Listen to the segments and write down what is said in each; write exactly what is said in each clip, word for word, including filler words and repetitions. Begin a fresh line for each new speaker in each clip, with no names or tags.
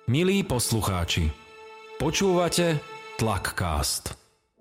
Milí poslucháči, počúvate Tlakcast.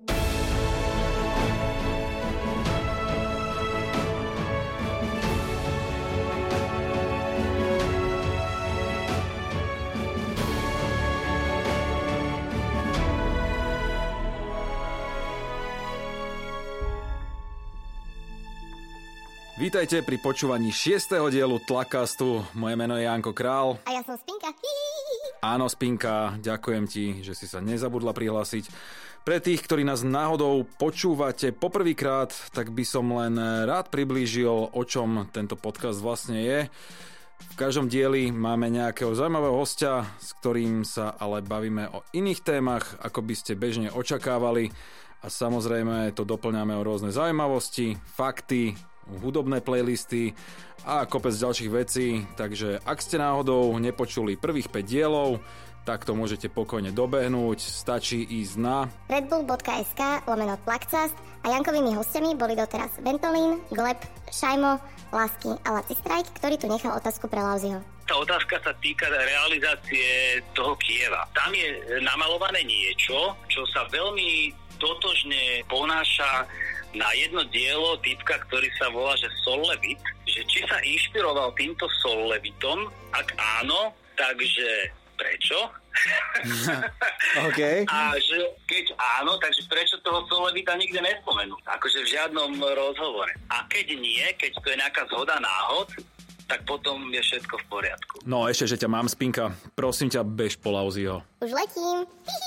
Vítajte pri počúvaní šiesteho dielu Tlakcastu. Moje meno je Janko Král.
A ja som Spinka.
Áno, Spinka, ďakujem ti, že si sa nezabudla prihlásiť. Pre tých, ktorí nás náhodou počúvate poprvýkrát, tak by som len rád priblížil, o čom tento podcast vlastne je. V každom dieli máme nejakého zaujímavého hostia, s ktorým sa ale bavíme o iných témach, ako by ste bežne očakávali. A samozrejme to doplňame o rôzne zaujímavosti, fakty, hudobné playlisty a kopec ďalších vecí, takže ak ste náhodou nepočuli prvých päť dielov, tak to môžete pokojne dobehnúť, stačí ísť na
redbull.sk lomeno Tlakcast a Jankovými hostiami boli doteraz Ventolín, Gleb, Šajmo, Lásky a Laci Strike, ktorý tu nechal otázku pre Lauziho.
Tá otázka sa týka realizácie toho Kieva. Tam je namalované niečo, čo sa veľmi totožne ponáša na jedno dielo typka, ktorý sa volá, že Sol Levit, že či sa inšpiroval týmto Sol Levitom, ak áno, takže prečo?
OK.
A že keď áno, takže prečo toho Sol Levita nikde nespomenú? Akože v žiadnom rozhovore. A keď nie, keď to je nejaká zhoda náhod, tak potom je všetko v poriadku.
No ešte, že ťa mám, Spinka. Prosím ťa, bež po Lauziho.
Už letím.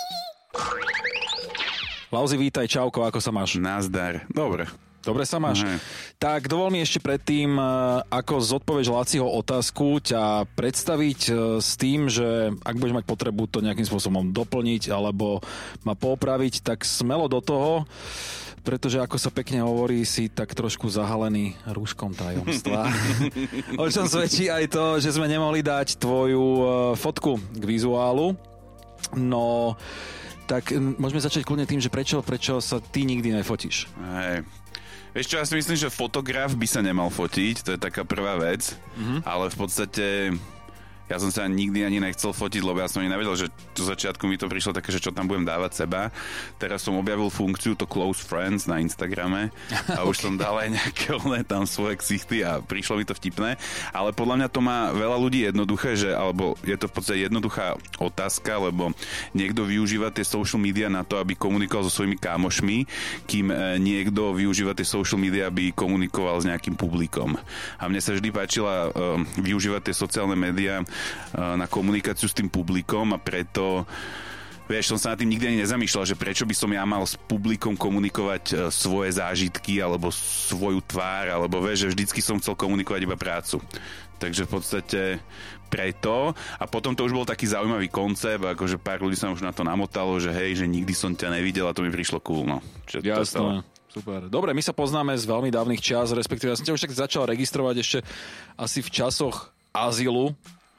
Lauzi, vítaj, čauko, ako sa máš?
Nazdar. Dobre.
Dobre sa máš?
Aha.
Tak dovol mi ešte predtým, ako zodpovieš Laciho otázku, ťa predstaviť s tým, že ak budeš mať potrebu to nejakým spôsobom doplniť alebo ma popraviť, tak smelo do toho, pretože ako sa pekne hovorí, si tak trošku zahalený rúškom tajomstva. O čom svedčí aj to, že sme nemohli dať tvoju fotku k vizuálu. No... Tak môžeme začať kľudne tým, že prečo, prečo sa ty nikdy nefotíš?
Hej. Vieš čo, ja si myslím, že fotograf by sa nemal fotiť, to je taká prvá vec, mm-hmm. ale v podstate ja som sa nikdy ani nechcel fotiť, lebo ja som ani nevedel, že do začiatku mi to prišlo také, že čo tam budem dávať seba. Teraz som objavil funkciu to Close Friends na Instagrame a už okay. som dal aj nejaké one tam svoje ksichty a prišlo mi to vtipné, ale podľa mňa to má veľa ľudí jednoduché, že, alebo je to v podstate jednoduchá otázka, lebo niekto využíva tie social media na to, aby komunikoval so svojimi kámošmi, kým niekto využíva tie social media, aby komunikoval s nejakým publikom. A mne sa vždy páčila uh, využívať tie sociálne médiá na komunikáciu s tým publikom a preto vieš, som sa nad tým nikdy ani nezamýšľal, že prečo by som ja mal s publikom komunikovať svoje zážitky alebo svoju tvár, alebo vieš, že vždycky som chcel komunikovať iba prácu. Takže v podstate preto. A potom to už bol taký zaujímavý koncept, akože pár ľudí sa už na to namotalo, že hej, že nikdy som ťa nevidel a to mi prišlo cool, no.
Jasné. Super. Dobre, my sa poznáme z veľmi dávnych čas, respektíve ja som ťa už tak začal registrovať ešte asi v časoch azylu,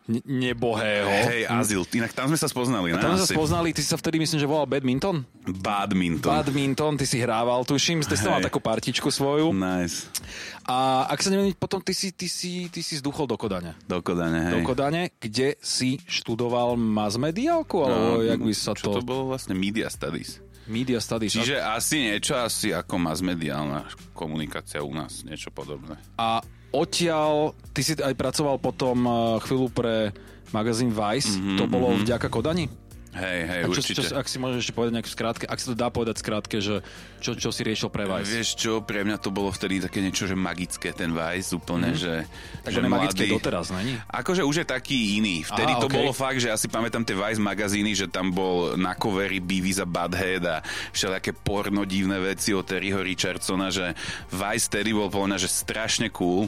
nebohého.
Hej, azyl. Inak tam sme sa spoznali, ne?
Tam sme sa
Asi.
spoznali, ty si sa vtedy myslím, že volal Badminton?
Badminton.
Badminton, ty si hrával, tuším, ty si mal takú partičku svoju.
Nice.
A ak sa neviem, potom ty si, ty si, ty si zduchol do Kodane.
Do Kodane, hej.
Do Kodane, kde si študoval mass-mediálku, alebo no, jak by sa
čo
to...
to bolo vlastne Media Studies.
Media Studies.
Čiže a... asi niečo, asi ako mass-mediálna komunikácia u nás, niečo podobné.
A odtiaľ, ty si aj pracoval potom chvíľu pre magazín Vice, mm-hmm, to bolo mm-hmm. vďaka Kodani?
Hej, hej,
čo,
určite.
Čo, ak si môžeš ešte povedať nejakú skrátke, ak sa to dá povedať skrátke, že čo, čo si riešil pre Vice?
Vieš čo, pre mňa to bolo vtedy také niečo, že magické, ten Vice, úplne, mm-hmm. že...
Takže magické doteraz, není?
Akože už je taký iný. Vtedy Aha, to okay. bolo fakt, že ja si pamätám tie Vice magazíny, že tam bol na coveri Beavis a Butthead a všelijaké porno divné veci od Terryho Richardsona, že Vice tedy bol podľa mňa, že strašne cool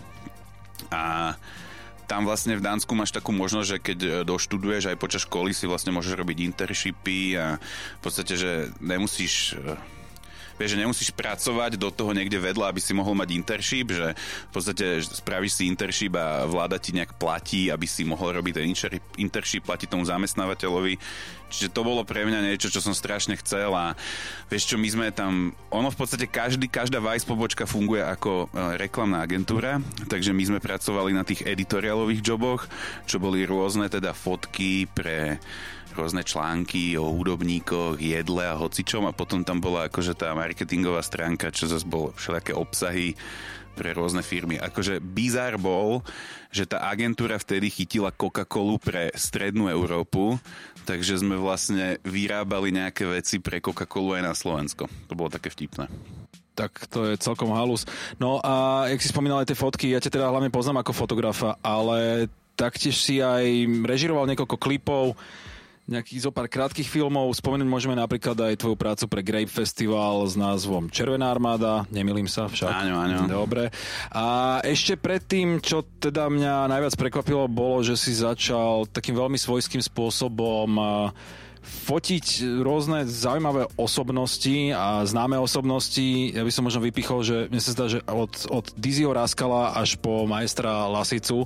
a... Tam vlastne v Dánsku máš takú možnosť, že keď doštuduješ aj počas školy si vlastne môžeš robiť internshipy a v podstate, že nemusíš Vieš, že nemusíš pracovať do toho niekde vedľa, aby si mohol mať internship, že v podstate spravíš si internship a vláda ti nejak platí, aby si mohol robiť ten internship, platí tomu zamestnávateľovi. Čiže to bolo pre mňa niečo, čo som strašne chcel a vieš čo, my sme tam, ono v podstate každý, každá Vice pobočka funguje ako reklamná agentúra, takže my sme pracovali na tých editoriálových joboch, čo boli rôzne teda fotky pre rôzne články o hudobníkoch, jedle a hocičom a potom tam bola akože tá marketingová stránka, čo zase bol všelijaké obsahy pre rôzne firmy. Akože bizár bol, že tá agentúra vtedy chytila Coca-Colu pre strednú Európu, takže sme vlastne vyrábali nejaké veci pre Coca-Colu aj na Slovensko. To bolo také vtipné.
Tak to je celkom halus. No a jak si spomínal aj tie fotky, ja ťa teda hlavne poznám ako fotografa, ale taktiež si aj režiroval niekoľko klipov, nejakých zo pár krátkych filmov. Spomenúť môžeme napríklad aj tvoju prácu pre Grape Festival s názvom Červená armáda. Nemýlim sa však.
Áno, áno.
Dobre. A ešte predtým, čo teda mňa najviac prekvapilo, bolo, že si začal takým veľmi svojským spôsobom fotiť rôzne zaujímavé osobnosti a známe osobnosti. Ja by som možno vypichol, že mne sa zdá, že od, od Dizzyho Raskala až po majstra Lasicu.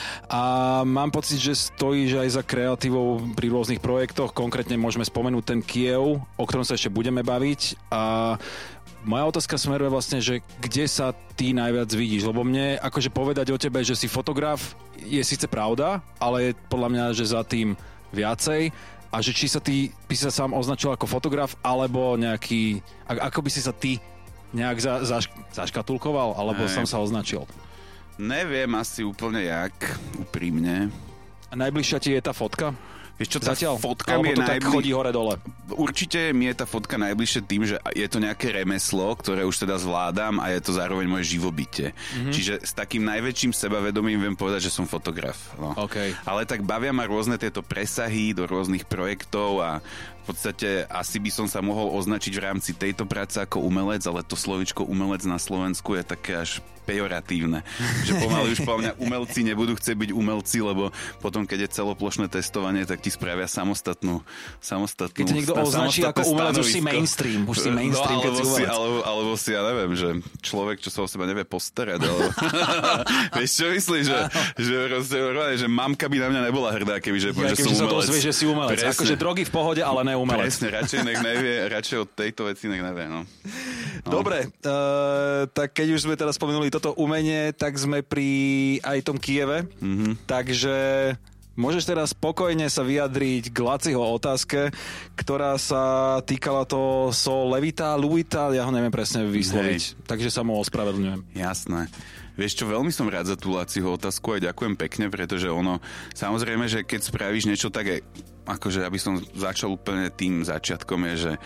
A mám pocit, že stojíš aj za kreatívou pri rôznych projektoch. Konkrétne môžeme spomenúť ten Kiev, o ktorom sa ešte budeme baviť. A moja otázka smeruje vlastne, že kde sa ty najviac vidíš? Lebo mne akože povedať o tebe, že si fotograf, je síce pravda, ale je podľa mňa, že za tým viacej. A že či sa ty by sa sám označil ako fotograf, alebo nejaký, ako by si sa ty nejak za, zaš, zaškatulkoval, alebo Aj. sám sa označil?
Neviem asi úplne jak, úprimne.
A najbližšia ti je tá fotka?
Vieš čo, tá
Zatiaľ?
fotka
Alebo
mi je
to najbli... tak chodí hore-dole?
Určite mi je tá fotka najbližšie tým, že je to nejaké remeslo, ktoré už teda zvládam a je to zároveň moje živobytie. Mm-hmm. Čiže s takým najväčším sebavedomím viem povedať, že som fotograf. No.
Okay.
Ale tak bavia ma rôzne tieto presahy do rôznych projektov a v podstate asi by som sa mohol označiť v rámci tejto práce ako umelec, ale to slovičko umelec na Slovensku je také až pejoratívne. Že pomaly už po mňa umelci nebudú chcieť byť umelci, lebo potom, keď je celoplošné testovanie, tak ti spravia samostatnú samostatnú
keď to niekto označí ako umelec, už si mainstream. Už si mainstream,
no,
keď si umelec.
Alebo, alebo si, ja neviem, že človek, čo sa o seba nevie postarať. Alebo... Vieš, čo myslíš? Že, že, proste, že mamka by na mňa nebola hrdá, keby že, ja, že som umelec. Sa to ozvie,
že si umelec. Presne. Akože drogy v pohode, ale ne umelec.
Presne, radšej nech nevie, radšej od tejto veci nech nevie. No. No.
Dobre, uh, tak keď už sme teda spomenuli toto umenie, tak sme pri aj tom Kieve. Mm-hmm. Takže môžeš teraz spokojne sa vyjadriť k Laciho otázke, ktorá sa týkala to so Levita, Luita, ja ho neviem presne vysloviť, Hej. takže sa mu ospravedlňujem.
Jasné. Vieš čo, veľmi som rád za tú Laciho otázku a ďakujem pekne, pretože ono, samozrejme, že keď spravíš niečo také, akože aby som začal úplne tým začiatkom, je, že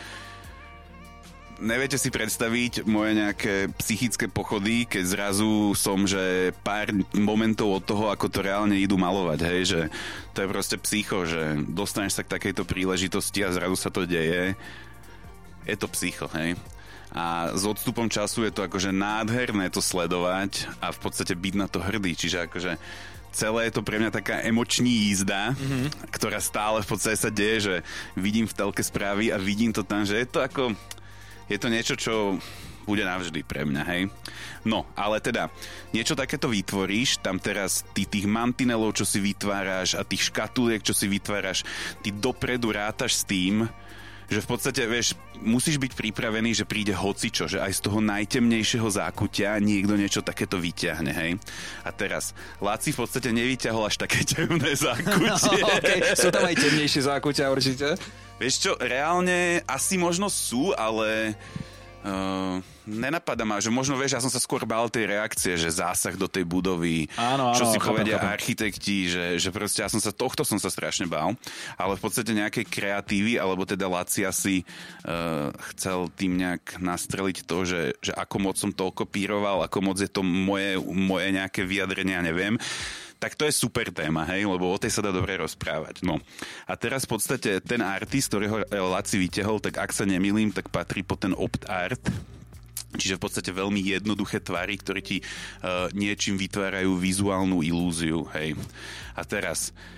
neviete si predstaviť moje nejaké psychické pochody, keď zrazu som, že pár momentov od toho, ako to reálne idú malovať, hej, že to je proste psycho, že dostaneš sa k takejto príležitosti a zrazu sa to deje. Je to psycho, hej. A s odstupom času je to akože nádherné to sledovať a v podstate byť na to hrdý, čiže akože celé je to pre mňa taká emoční jízda, mm-hmm. ktorá stále v podstate sa deje, že vidím v telke správy a vidím to tam, že je to ako... Je to niečo, čo bude navždy pre mňa, hej. No, ale teda, niečo takéto vytvoríš, tam teraz ty tých mantinelov, čo si vytváraš a tých škatuliek, čo si vytváraš, ty dopredu rátaš s tým, že v podstate, vieš, musíš byť pripravený, že príde hocičo, že aj z toho najtemnejšieho zákutia niekto niečo takéto vyťahne, hej. A teraz, Laci v podstate nevyťahol až také temné zákutie.
No, okay. Sú tam aj temnejšie zákutia určite?
Vieš čo, reálne asi možno sú, ale uh, nenapadá ma, že možno, vieš, ja som sa skôr bál tej reakcie, že zásah do tej budovy,
áno, áno,
čo si
chápem,
povedia
chápem.
architekti, že, že proste ja som sa, tohto som sa strašne bál, ale v podstate nejakej kreatívy, alebo teda Laci asi uh, chcel tým nejak nastreliť to, že, že ako moc som to okopíroval, ako moc je to moje, moje nejaké vyjadrenia, neviem. Tak to je super téma, hej, lebo o tej sa dá dobre rozprávať. No. A teraz v podstate ten artist, ktorého Laci vyťahol, tak ak sa nemýlim, tak patrí po ten opt art. Čiže v podstate veľmi jednoduché tvary, ktoré ti uh, niečím vytvárajú vizuálnu ilúziu, hej. A teraz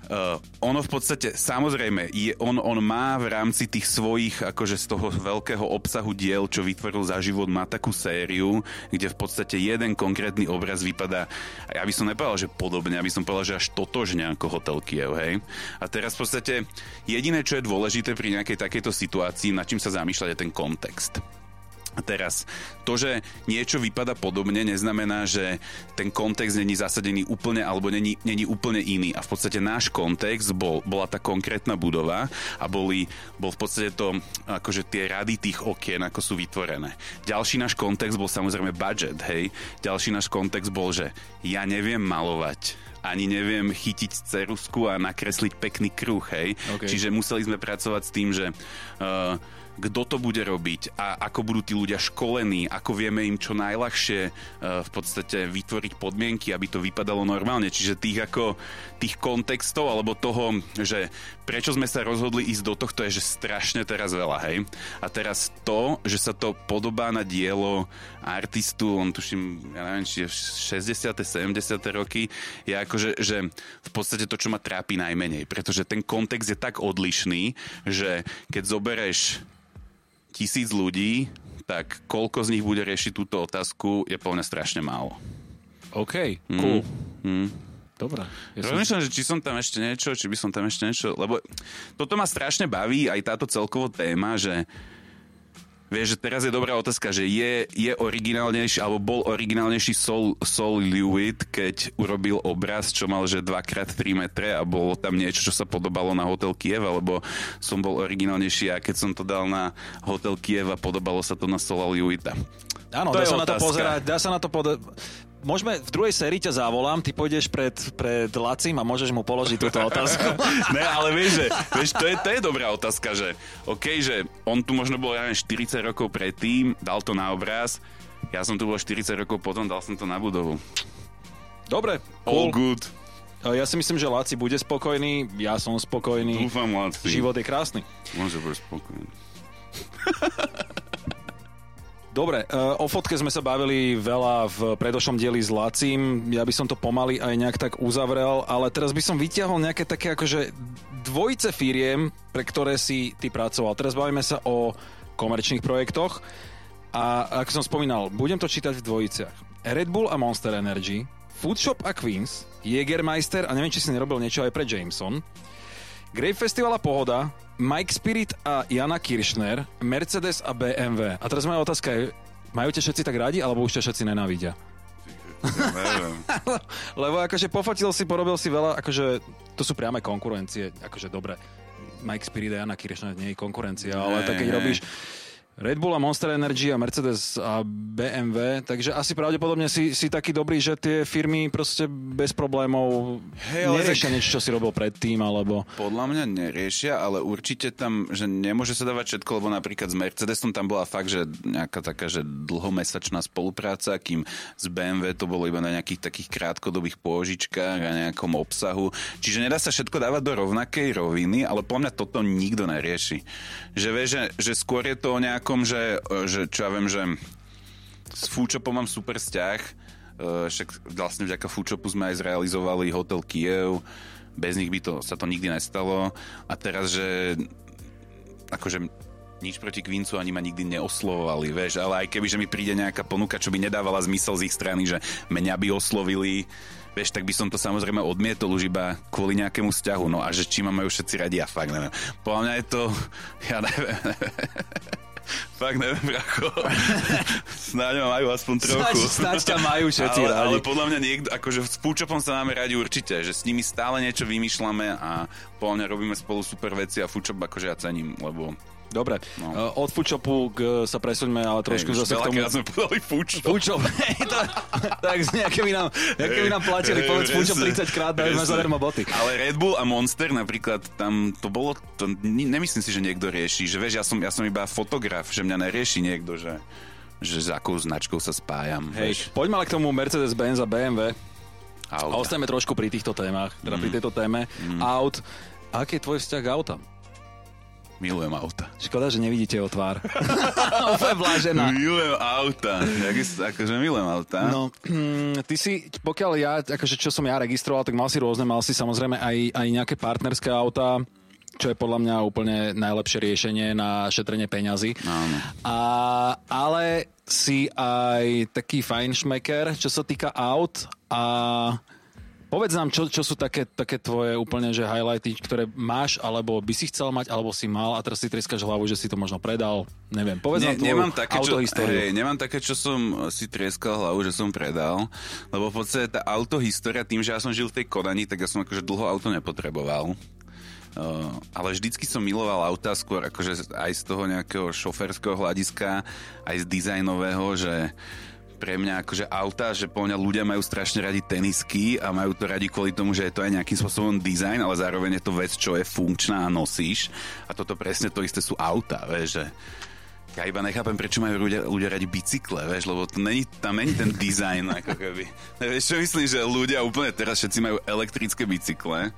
Uh, ono v podstate, samozrejme, je, on, on má v rámci tých svojich, akože z toho veľkého obsahu diel, čo vytvoril za život, má takú sériu, kde v podstate jeden konkrétny obraz vypadá, ja by som nepovedal, že podobne, ja by som povedal, že až totožne ako Hotel Kiev, hej. A teraz v podstate jediné, čo je dôležité pri nejakej takejto situácii, nad čím sa zamýšľať, je ten kontext. A teraz, to, že niečo vypadá podobne, neznamená, že ten kontext není zasadený úplne, alebo není, není úplne iný. A v podstate náš kontext bol, bola tá konkrétna budova a boli, bol v podstate to, akože tie rady tých okien, ako sú vytvorené. Ďalší náš kontext bol samozrejme budget, hej. Ďalší náš kontext bol, že ja neviem malovať, ani neviem chytiť ceruzku a nakresliť pekný kruh, hej. Okay. Čiže museli sme pracovať s tým, že... Uh, kto to bude robiť a ako budú tí ľudia školení, ako vieme im čo najľahšie uh, v podstate vytvoriť podmienky, aby to vypadalo normálne. Čiže tých ako tých kontextov alebo toho, že prečo sme sa rozhodli ísť do tohto je, že strašne teraz veľa, hej. A teraz to, že sa to podobá na dielo artistu, on tuším, ja neviem, či je šesťdesiate sedemdesiate roky, je akože, že v podstate to, čo ma trápi najmenej, pretože ten kontext je tak odlišný, že keď zobereš tisíc ľudí, tak koľko z nich bude riešiť túto otázku, je plne strašne málo.
OK, cool.
Mm, mm.
Dobre.
Ja Rozmýšľam, som... že či som tam ešte niečo, či by som tam ešte niečo, lebo toto ma strašne baví, aj táto celkovo téma, že vieš, že teraz je dobrá otázka, že je, je originálnejší, alebo bol originálnejší Sol, Sol Lewitt, keď urobil obraz, čo mal, že dva krát tri metre a bolo tam niečo, čo sa podobalo na Hotel Kiev, alebo som bol originálnejší a keď som to dal na Hotel Kiev a podobalo sa to na Sola Lewitta.
Áno, dá sa na to pozerať, dá sa na to pod... Môžeme, v druhej sérii ťa zavolám, ty pôjdeš pred, pred Lacim a môžeš mu položiť túto otázku.
Ne, ale vieš, že, vieš to, je, to je dobrá otázka, že OK, že on tu možno bol, ja neviem, štyridsať rokov predtým, dal to na obraz, ja som tu bol štyridsať rokov potom, dal som to na budovu.
Dobre,
cool. All good.
Ja si myslím, že Laci bude spokojný, ja som spokojný.
Dúfam, Laci.
Život je krásny.
Môže bude spokojný.
Dobre, o fotke sme sa bavili veľa v predošlom dieli s Lacím. Ja by som to pomaly aj nejak tak uzavrel, ale teraz by som vyťahol nejaké také akože dvojice firiem, pre ktoré si ty pracoval. Teraz bavíme sa o komerčných projektoch a ako som spomínal, budem to čítať v dvojiciach. Red Bull a Monster Energy, Foodshop a Queens, Jägermeister a neviem, či si nerobil niečo aj pre Jameson, Grape Festival a Pohoda, Mike Spirit a Jana Kiršner, Mercedes a bé em vé. A teraz moja otázka je, majú ťa všetci tak radi, alebo už ťa všetci nenávidia?
Ja neviem.
Lebo akože pofotil si, porobil si veľa, akože to sú priame konkurencie, akože dobre, Mike Spirit a Jana Kiršner nie je konkurencia, ale tak keď robíš Red Bull a Monster Energy a Mercedes a bé em vé, takže asi pravdepodobne si, si taký dobrý, že tie firmy proste bez problémov hey, neriešia tak... niečo, čo si robil predtým, alebo...
Podľa mňa neriešia, ale určite tam, že nemôže sa dávať všetko, lebo napríklad s Mercedesom tam bola fakt, že nejaká taká, že dlhomesačná spolupráca, kým z bé em vé to bolo iba na nejakých takých krátkodobých pôžičkách a nejakom obsahu. Čiže nedá sa všetko dávať do rovnakej roviny, ale podľa mňa toto nikto nerieši. Že vieš, že, že skôr je to nejak Že, že čo ja viem, že s Foodshopom mám super vzťah, však vlastne vďaka Foodshopu sme aj zrealizovali Hotel Kiev, bez nich by to, sa to nikdy nestalo a teraz, že akože nič proti Queensu ani ma nikdy neoslovovali, vieš, ale aj keby, že mi príde nejaká ponuka, čo by nedávala zmysel z ich strany, že mňa by oslovili, vieš, tak by som to samozrejme odmietol už iba kvôli nejakému vzťahu, no a že či ma majú všetci radi, ja fakt neviem. Podľa mňa je to, ja neviem, fakt neviem, bracho. Snáď ma majú aspoň trochu.
Snáď, snáď ťa majú všetci
ale,
radi.
Ale podľa mňa niekto, akože s Foodshopom sa máme radi určite, že s nimi stále niečo vymýšľame a podľa mňa robíme spolu super veci a Foodshop akože ja cením, lebo...
Dobre, no. uh, od Foodshopu k, sa presuňme, ale trošku
hey,
zase k tomu...
Veľakrát sme povedali Foodshop.
Foodshop, tak nejaké by nám, nejaké by nám platili, hey, povedz Foodshop tridsať krát, dajú ma zadarmo boty.
Ale Red Bull a Monster napríklad, tam to bolo, to, nemyslím si, že niekto rieši, že vieš, ja som, ja som iba fotograf, že mňa nerieši niekto, že, že s akou značkou sa spájam.
Hej, poďme ale k tomu Mercedes-Benz a bé em vé. Auta. A ostaneme trošku pri týchto témach, teda mm. pri tejto téme. Mm. Aut. Aký je tvoj vzťah k autám?
Milujem auta.
Škoda, že nevidíte o tvár. Úplne blážená.
Milujem auta. Akože milujem auta.
No, ty si, pokiaľ ja, akože čo som ja registroval, tak mal si rôzne, mal si samozrejme aj, aj nejaké partnerské autá, čo je podľa mňa úplne najlepšie riešenie na šetrenie peňazí.
Áno.
A, ale si aj taký fajnšmeker, čo sa týka aut a povedz nám, čo, čo sú také, také tvoje úplne, že highlighty, ktoré máš, alebo by si chcel mať, alebo si mal a teraz si treskáš hlavu, že si to možno predal. Neviem, povedz
ne,
nám tvoju
nemám také,
autohistóriu.
Hej, nemám také, čo som si treskal hlavu, že som predal, lebo v podstate tá autohistória, tým, že ja som žil v tej Kodani, tak ja som akože dlho auto nepotreboval. Uh, ale vždycky som miloval auta skôr akože aj z toho nejakého šoférskeho hľadiska, aj z dizajnového, že pre mňa akože auta, že po mňa ľudia majú strašne radi tenisky a majú to radi kvôli tomu, že je to aj nejakým spôsobom dizajn, ale zároveň je to vec, čo je funkčná a nosíš. A toto presne to isté sú auta, vieš, že ja iba nechápem, prečo majú ľudia, ľudia radi bicykle, vieš, lebo to není, tam není ten dizajn, ako keby. Vieš, čo myslím, že ľudia úplne teraz všetci majú elektrické bicykle.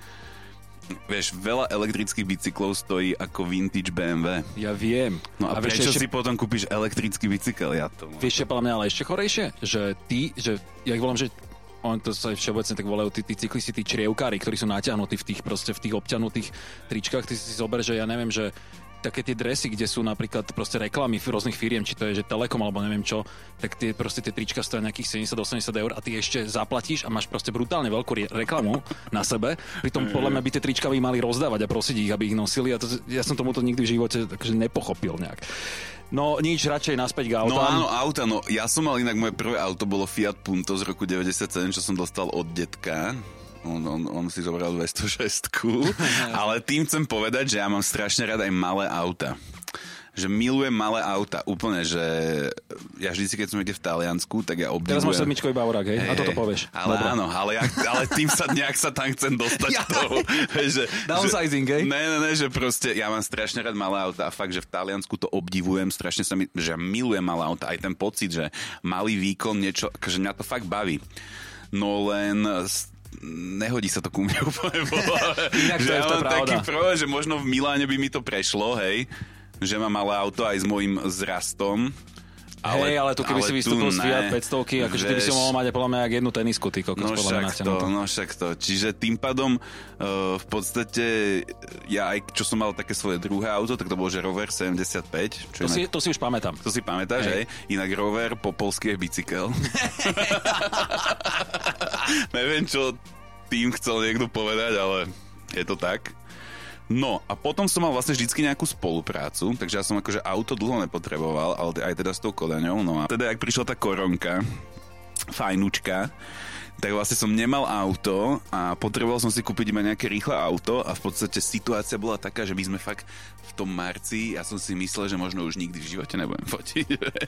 Vieš, veľa elektrických bicyklov stojí ako vintage bé em vé.
Ja viem.
No a, a prečo
ešte...
si potom kúpiš elektrický bicykel? Ja to...
Vieš, čo podľa mňa ale ešte chorejšie? Že ty, že ja ich volám, že on to sa všeobecne tak volajú tí, tí cyklisti, tí črievkári, ktorí sú natiahnutí v tých proste v tých obťanutých tričkách. Ty si zober, že ja neviem, že také tie dresy, kde sú napríklad proste reklamy rôznych firiem, či to je, že Telekom alebo neviem čo, tak tie proste tie trička stojí nejakých sedemdesiat osemdesiat eur a ty ešte zaplatíš a máš proste brutálne veľkú re- reklamu na sebe. Pritom podľa mňa by tie trička by mali rozdávať a prosiť ich, aby ich nosili a to, ja som tomuto nikdy v živote takže nepochopil nejak. No nič, radšej naspäť k autám.
No áno, auta, no ja som mal inak, moje prvé auto bolo Fiat Punto z roku deväťdesiatsedem, čo som dostal od detka. On, on, on si zobral dvestošesť, ale tým chcem povedať, že ja mám strašne rád aj malé auta. Že milujem malé auta, úplne, že ja vždycky, keď som niekde v Taliansku, tak ja obdivujem.
Teraz máš sedmičkový Bavorák, hej? A toto povieš.
Ale Dobre. Áno, ale, ja, ale tým sa nejak sa tam chcem dostať ja. toho. Že,
Downsizing, hej?
Ne, ne, ne, že proste ja mám strašne rád malé auta a fakt, že v Taliansku to obdivujem, strašne sa mi, že ja milujem malé auta. Aj ten pocit, že malý výkon, niečo, že mňa to fakt baví. No len... nehodí sa to ku mne úplne.
Inak to je to pravda.
Taký problém, že možno v Miláne by mi to prešlo, hej, že mám malé auto aj s môjim zrastom.
Ale, hej, ale tu keby ale si vystúpil z Fiat päťsto, akože ty by si mohol mať podľa mňa jak jednu tenisku, ty kokos,
no
podľa mňa.
To, no však to. Čiže tým pádom uh, v podstate ja aj čo som mal také svoje druhé auto, tak to bolo, že Rover sedemdesiatpäť.
To,
Čo
si,
inak,
to si už pamätám.
To si pamätáš, hej? hej? Inak Rover po polsky je bicykel. Neviem, čo tým chcel niekto povedať, ale je to tak. No a potom som mal vlastne vždycky nejakú spoluprácu, takže ja som akože auto dlho nepotreboval, ale aj teda s tou Kodaňou. No a teda, ak prišla tá koronka, fajnučka, tak vlastne som nemal auto a potreboval som si kúpiť iba nejaké rýchle auto a v podstate situácia bola taká, že my sme fakt v tom marci, ja som si myslel, že možno už nikdy v živote nebudem fotiť.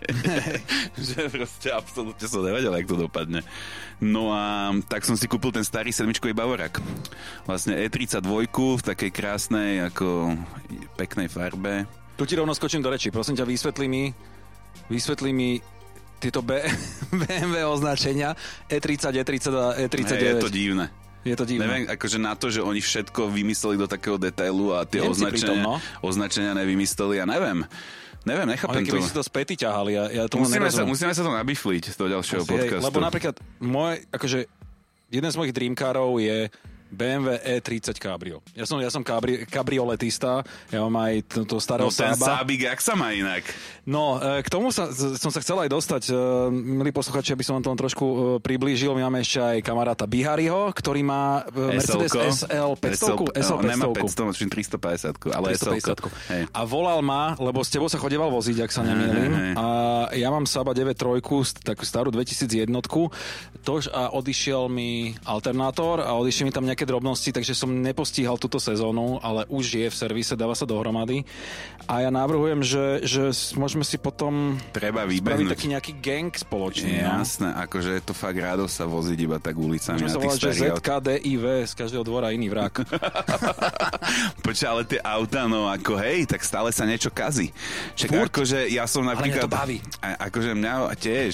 Že proste absolútne som nevedel, jak to dopadne. No a tak som si kúpil ten starý sedmičkový Bavorák. Vlastne é tridsaťdva v takej krásnej, ako peknej farbe.
Tu ti rovno skočím do reči. Prosím ťa, vysvetli mi, vysvetli mi tieto bé em vé označenia é tridsať, é tridsať a é tridsaťdeväť.
Hey, je to divné.
Je to divné.
Neviem, akože na to, že oni všetko vymysleli do takého detailu a tie označenia,
pritom, no?
označenia nevymysleli, ja neviem. Neviem, nechápem to.
Ale keby si to späty ťahali, ja, ja tomu
musíme
nerozumiem.
sa, musíme sa to nabifliť z toho ďalšieho Asi, podcastu.
Lebo napríklad môj, akože jeden z mojich dreamcarov je bé em vé é tridsať Cabrio. Ja som, ja som kabri, kabrioletista, ja mám aj to, to starého
no, ten
Saaba.
Sábik, jak sa má inak?
No, k tomu sa, som sa chcel aj dostať. Milí posluchači, aby som vám to trošku priblížil. My máme ešte aj kamaráta Bihariho, ktorý má Mercedes es el päťsto. es el päťsto.
Nemá päťsto, možno tristopäťdesiat, ale es el.
A volal ma, lebo s tebou sa chodieval voziť, ak sa nemýlim. A ja mám Saaba deväť tri, takú starú dvetisícjeden. Tož a odišiel mi alternátor a odišiel mi tam nejaké drobnosti, takže som nepostíhal túto sezónu, ale už je v servise, dáva sa dohromady. A ja navrhujem, že, že môžeme si potom
treba
spraviť taký nejaký gang spoločný.
Jasné, no? Akože je to fakt radosť sa voziť iba tak ulicami.
Môžeme sa volať, že zet ká dé í vé, z každého dvora iný vrak.
Počkaj, ale tie auta, no ako hej, tak stále sa niečo kazí. Čak akože ja som napríklad...
Ale mňa to baví.
Akože mňa tiež.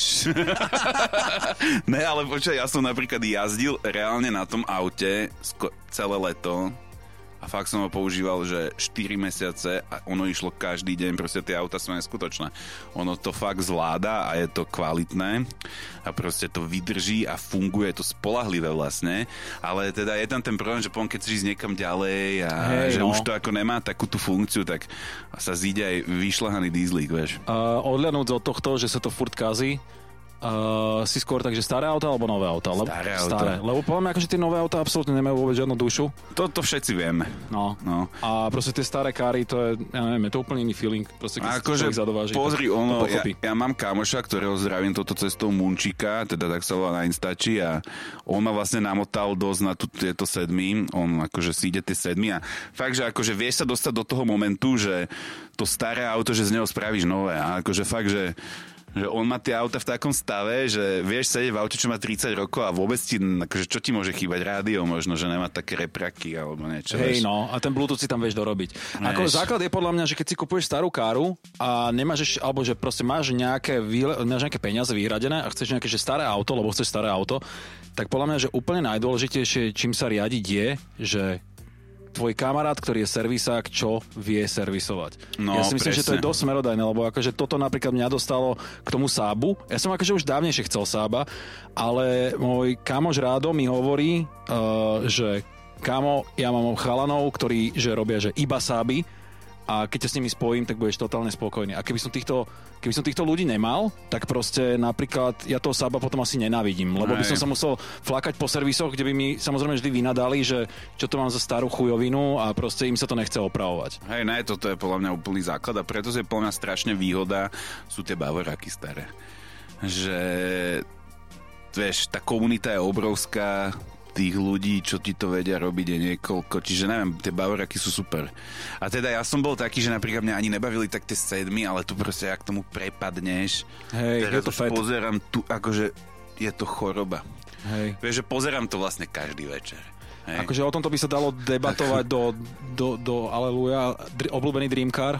Ne, ale počkaj, ja som napríklad jazdil reálne na tom aute sko- celé leto a a fakt som ho používal, že štyri mesiace a ono išlo každý deň, proste tie auta sú neskutočné. Ono to fakt zvláda a je to kvalitné a proste to vydrží a funguje to spolahlivé vlastne, ale teda je tam ten problém, že poviem, keď si ísť niekam ďalej a hey, že no. už to ako nemá takú tú funkciu, tak sa zíde aj vyšľahaný dízlík, vieš.
Uh, odhľadnúť od tohto, že sa to furt kazí, Uh, si skôr takže staré auta alebo nové auta?
Staré auta.
Staré. Lebo poviem, akože tie nové auta absolútne nemajú vôbec žiadnu dušu.
To, to všetci vieme.
No.
no.
A proste tie staré káry, to je, ja neviem, je to úplne iný feeling. Proste keď
akože,
sa zadováži.
Pozri, ono, ja, ja mám kamoša, ktorého zdravím toto cestou Munčika, teda tak sa volá na Instači a on ma vlastne namotal dosť na tu, tieto sedmy. On akože si ide tie sedmy a fakt, že akože vieš sa dostať do toho momentu, že to staré auto, že z neho spravíš nové a akože fakt, že že on má tie auta v takom stave, že vieš sedieť v aute, čo má tridsať rokov a vôbec ti, akože čo ti môže chýbať? Rádio možno, že nemá také repraky alebo niečo.
Hej, no, a ten Bluetooth si tam vieš dorobiť. Ako základ je podľa mňa, že keď si kupuješ starú káru a nemáš, alebo že proste máš nejaké, máš nejaké peniaze vyhradené a chceš nejaké že staré auto, lebo chceš staré auto, tak podľa mňa, že úplne najdôležitejšie, čím sa riadiť je, že tvoj kamarát, ktorý je servisák, čo vie servisovať.
No,
ja si myslím,
presne.
že to je dosť smerodajné, lebo akože toto napríklad mňa dostalo k tomu Saabu. Ja som akože už dávnejšie chcel Saaba, ale môj kamoš Rádo mi hovorí, uh, že kámo, ja mám chalanov, ktorí že robia že iba Saaby a keď ťa s nimi spojím, tak budeš totálne spokojný. A keby som týchto, keby som týchto ľudí nemal, tak proste napríklad ja toho Saaba potom asi nenávidím, lebo by som sa musel flakať po servisoch, kde by mi samozrejme vždy vynadali, že čo to mám za starú chujovinu a proste im sa to nechce opravovať.
Hej, ne, toto je podľa mňa úplný základ a preto je podľa mňa strašne výhoda sú tie bavoráky staré. Že vieš, tá komunita je obrovská, tých ľudí, čo ti to vedia robiť je niekoľko, čiže neviem, tie bavoráky sú super. A teda ja som bol taký, že napríklad mňa ani nebavili tak tie sedmy, ale tu proste, ak tomu prepadneš,
hej,
teraz
je to
už
fet.
Pozerám tu, akože je to choroba.
Hej.
Vieš, že pozerám to vlastne každý večer. Hej.
Akože o tomto by sa dalo debatovať do, do, do aleluja, dr- obľúbený Dreamcar.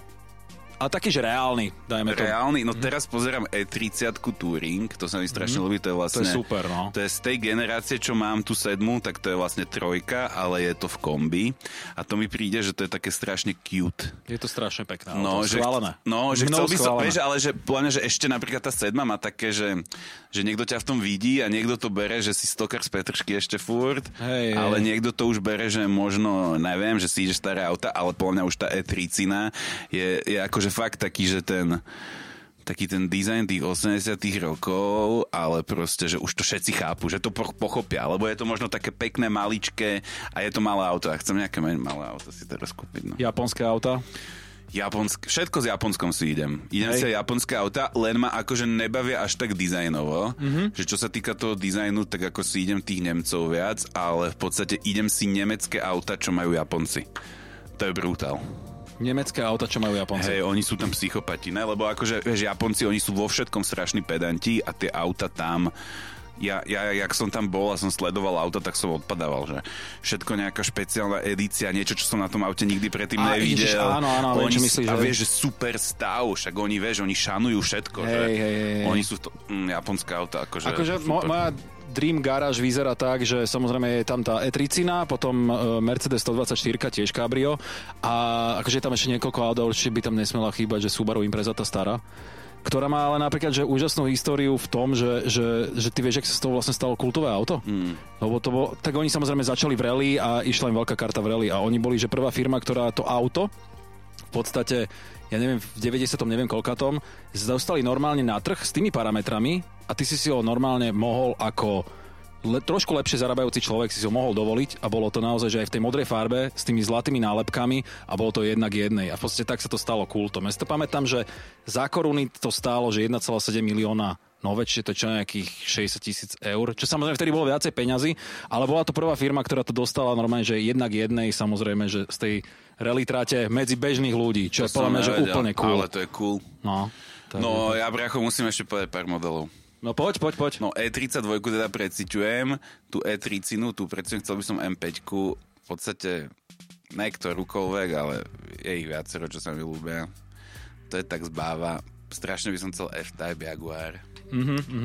A taký, že reálny, dajme to.
Reálny? No teraz pozerám é tridsať Touring, to sa mi strašne mm. ľúbi, to je vlastne...
To je super, no.
To je z tej generácie, čo mám tu sedmu, tak to je vlastne trojka, ale je to v kombi. A to mi príde, že to je také strašne cute.
Je to strašne pekné,
no,
to je schválené.
No, že
Mnou
chcel by som,
schválené.
vieš, ale že pláne, že ešte napríklad tá sedma má také, že, že niekto ťa v tom vidí a niekto to bere, že si stokar z Petržky ešte furt,
hej,
ale
hej.
niekto to už bere, že možno, neviem, že si ideš staré auta, ale podľa mňa už tá é tridsať je, je akože fakt taký, že ten taký ten dizajn tých osemdesiatych rokov, ale proste, že už to všetci chápu, že to pochopia, lebo je to možno také pekné, maličké a je to malé auto. A chcem nejaké malé auto si teraz kúpiť. No.
Japonské auta?
Japonsk, všetko s Japonskom si idem. Idem
Hej.
si aj japonské auta, len ma akože nebavia až tak dizajnovo, mm-hmm. že čo sa týka toho dizajnu, tak ako si idem tých Nemcov viac, ale v podstate idem si nemecké auta, čo majú Japonci. To je brutál.
Nemecké auta, čo majú Japonci.
Hej, oni sú tam psychopati, ne? Lebo akože, vieš, Japonci, oni sú vo všetkom strašní pedanti a tie auta tam... Ja, ja, jak som tam bol a som sledoval auta, tak som odpadával, že všetko nejaká špeciálna edícia, niečo, čo som na tom aute nikdy predtým a, nevidel. Ježiš,
áno, áno,
oni,
viem, čo myslíš.
A
že...
vieš, že super stav, však oni, vieš, oni šanujú všetko,
hej,
že
hej, hej.
oni sú to, mm, japonské auta, akože...
Akože mo- moja Dream Garage vyzerá tak, že samozrejme je tam tá é tridsať, potom Mercedes stodvadsaťštyri, tiež Cabrio a akože je tam ešte niekoľko aut, určite by tam nesmela chýbať, že Subaru Impreza tá stará, ktorá má ale napríklad že úžasnú históriu v tom, že, že, že ty vieš, jak sa z toho vlastne stalo kultové auto. Mm. Lebo to bol, tak oni samozrejme začali v rally a išla im veľká karta v rally a oni boli, že prvá firma, ktorá to auto v podstate, ja neviem, v deväťdesiatom neviem koľkatom, dostali normálne na trh s tými parametrami a ty si si ho normálne mohol ako le, trošku lepšie zarábajúci človek si ho mohol dovoliť a bolo to naozaj, že aj v tej modrej farbe s tými zlatými nálepkami a bolo to jednak jednej. A v podstate tak sa to stalo kultom. Ja si to pamätám, že za koruny to stálo, že jeden celá sedem milióna nové, čiže to je čo nejakých šesťdesiat tisíc eur, čo samozrejme vtedy bolo viacej peňazí, ale bola to prvá firma, ktorá to dostala normálne, že jednak jednej, samozrejme, že z tej relitráte medzi bežných ľudí, čo to je podľa mňa, že úplne cool.
Ale to je cool.
No, to je
no ja, bracho, musím ešte povedať pár modelov.
No poď, poď, poď.
No é tridsaťdva teda preciťujem, tú é tridsať, tú preciťujem, chcel by som em päť, v podstate ne ktorúkoľvek, ale je ich viacero, čo sa mi ľúbia. To je tak zbáva. Strašne by som chcel F-Type Jaguar.
Mhm, mhm.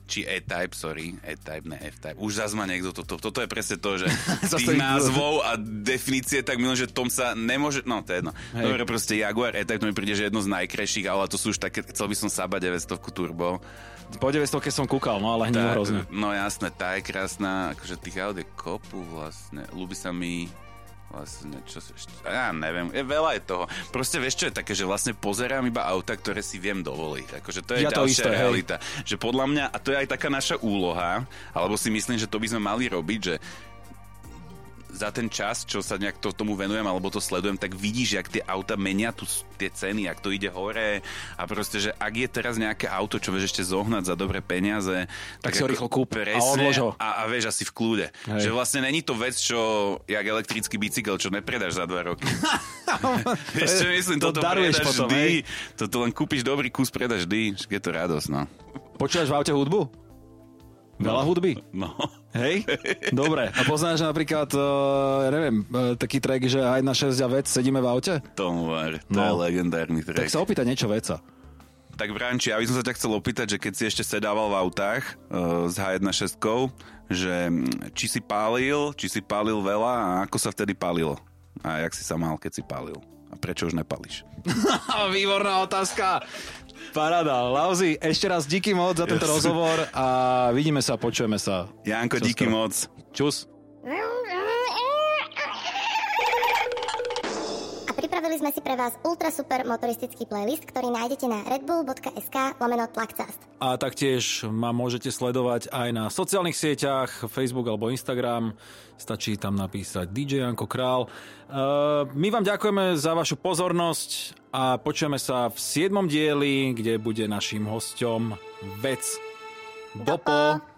či E-Type, sorry, E-Type, ne F-Type. Už zase má niekto toto. Toto je presne to, že tých názvov a definície tak milé, že tom sa nemôže... No, to je jedno. Hej. Dobre, proste Jaguar E-Type, to mi príde, že jedno z najkrajších, ale to sú už také... Chcel by som Saba deväťsto turbo.
Po deväťsto som kúkal, no ale hneď hrozne.
No jasné, tá je krásna. Akože tých aut je kopu vlastne. Ľúbi sa mi... Vlastne, čo ešte... Ja neviem, je veľa je toho. Proste vieš, čo je také, že vlastne pozerám iba auta, ktoré si viem dovoliť. Akože to je ja ďalšia to isté, realita. Hej. Že podľa mňa, a to je aj taká naša úloha, alebo si myslím, že to by sme mali robiť, že za ten čas, čo sa nejak to, tomu venujem, alebo to sledujem, tak vidíš, jak tie auta menia tu, tie ceny, jak to ide hore a proste, že ak je teraz nejaké auto, čo vieš ešte zohnať za dobré peniaze,
tak, tak si ho rýchlo kúp
a odlož ho. A, a vieš, asi v kľude. Hej. Že vlastne není to vec, čo jak elektrický bicykel, čo nepredáš za dva roky. Vieš, čo myslím,
to
toto predáš potom, vždy. Hej. Toto len kúpiš dobrý kus, predáš vždy. Je to radosť, no.
Počúvaš v aute hudbu? Veľa no, hudby?
No.
Hej? Dobre. A poznáš napríklad, uh, ja neviem, uh, taký track, že aj na šesť a vec sedíme v aute?
Tomu ver, to no. je legendárny track.
Tak sa opýta niečo veca.
Tak Branči, ja by som sa ťa chcel opýtať, že keď si ešte sedával v autách uh, s há jedna šesť, že či si pálil, či si pálil veľa a ako sa vtedy pálilo? A jak si sa mal, keď si pálil? A prečo už nepalíš?
Výborná otázka. Paráda. Lauzi, ešte raz díky moc za tento yes. rozhovor a vidíme sa, počujeme sa.
Janko, Čoskoro. Díky moc.
Čus.
A pripravili sme si pre vás ultra super motoristický playlist, ktorý nájdete na redbull.sk lomeno Tlakcast.
A taktiež ma môžete sledovať aj na sociálnych sieťach, Facebook alebo Instagram. Stačí tam napísať dý džej Janko Král. Uh, my vám ďakujeme za vašu pozornosť a počujeme sa v siedmom dieli, kde bude naším hosťom Vec. Dopo.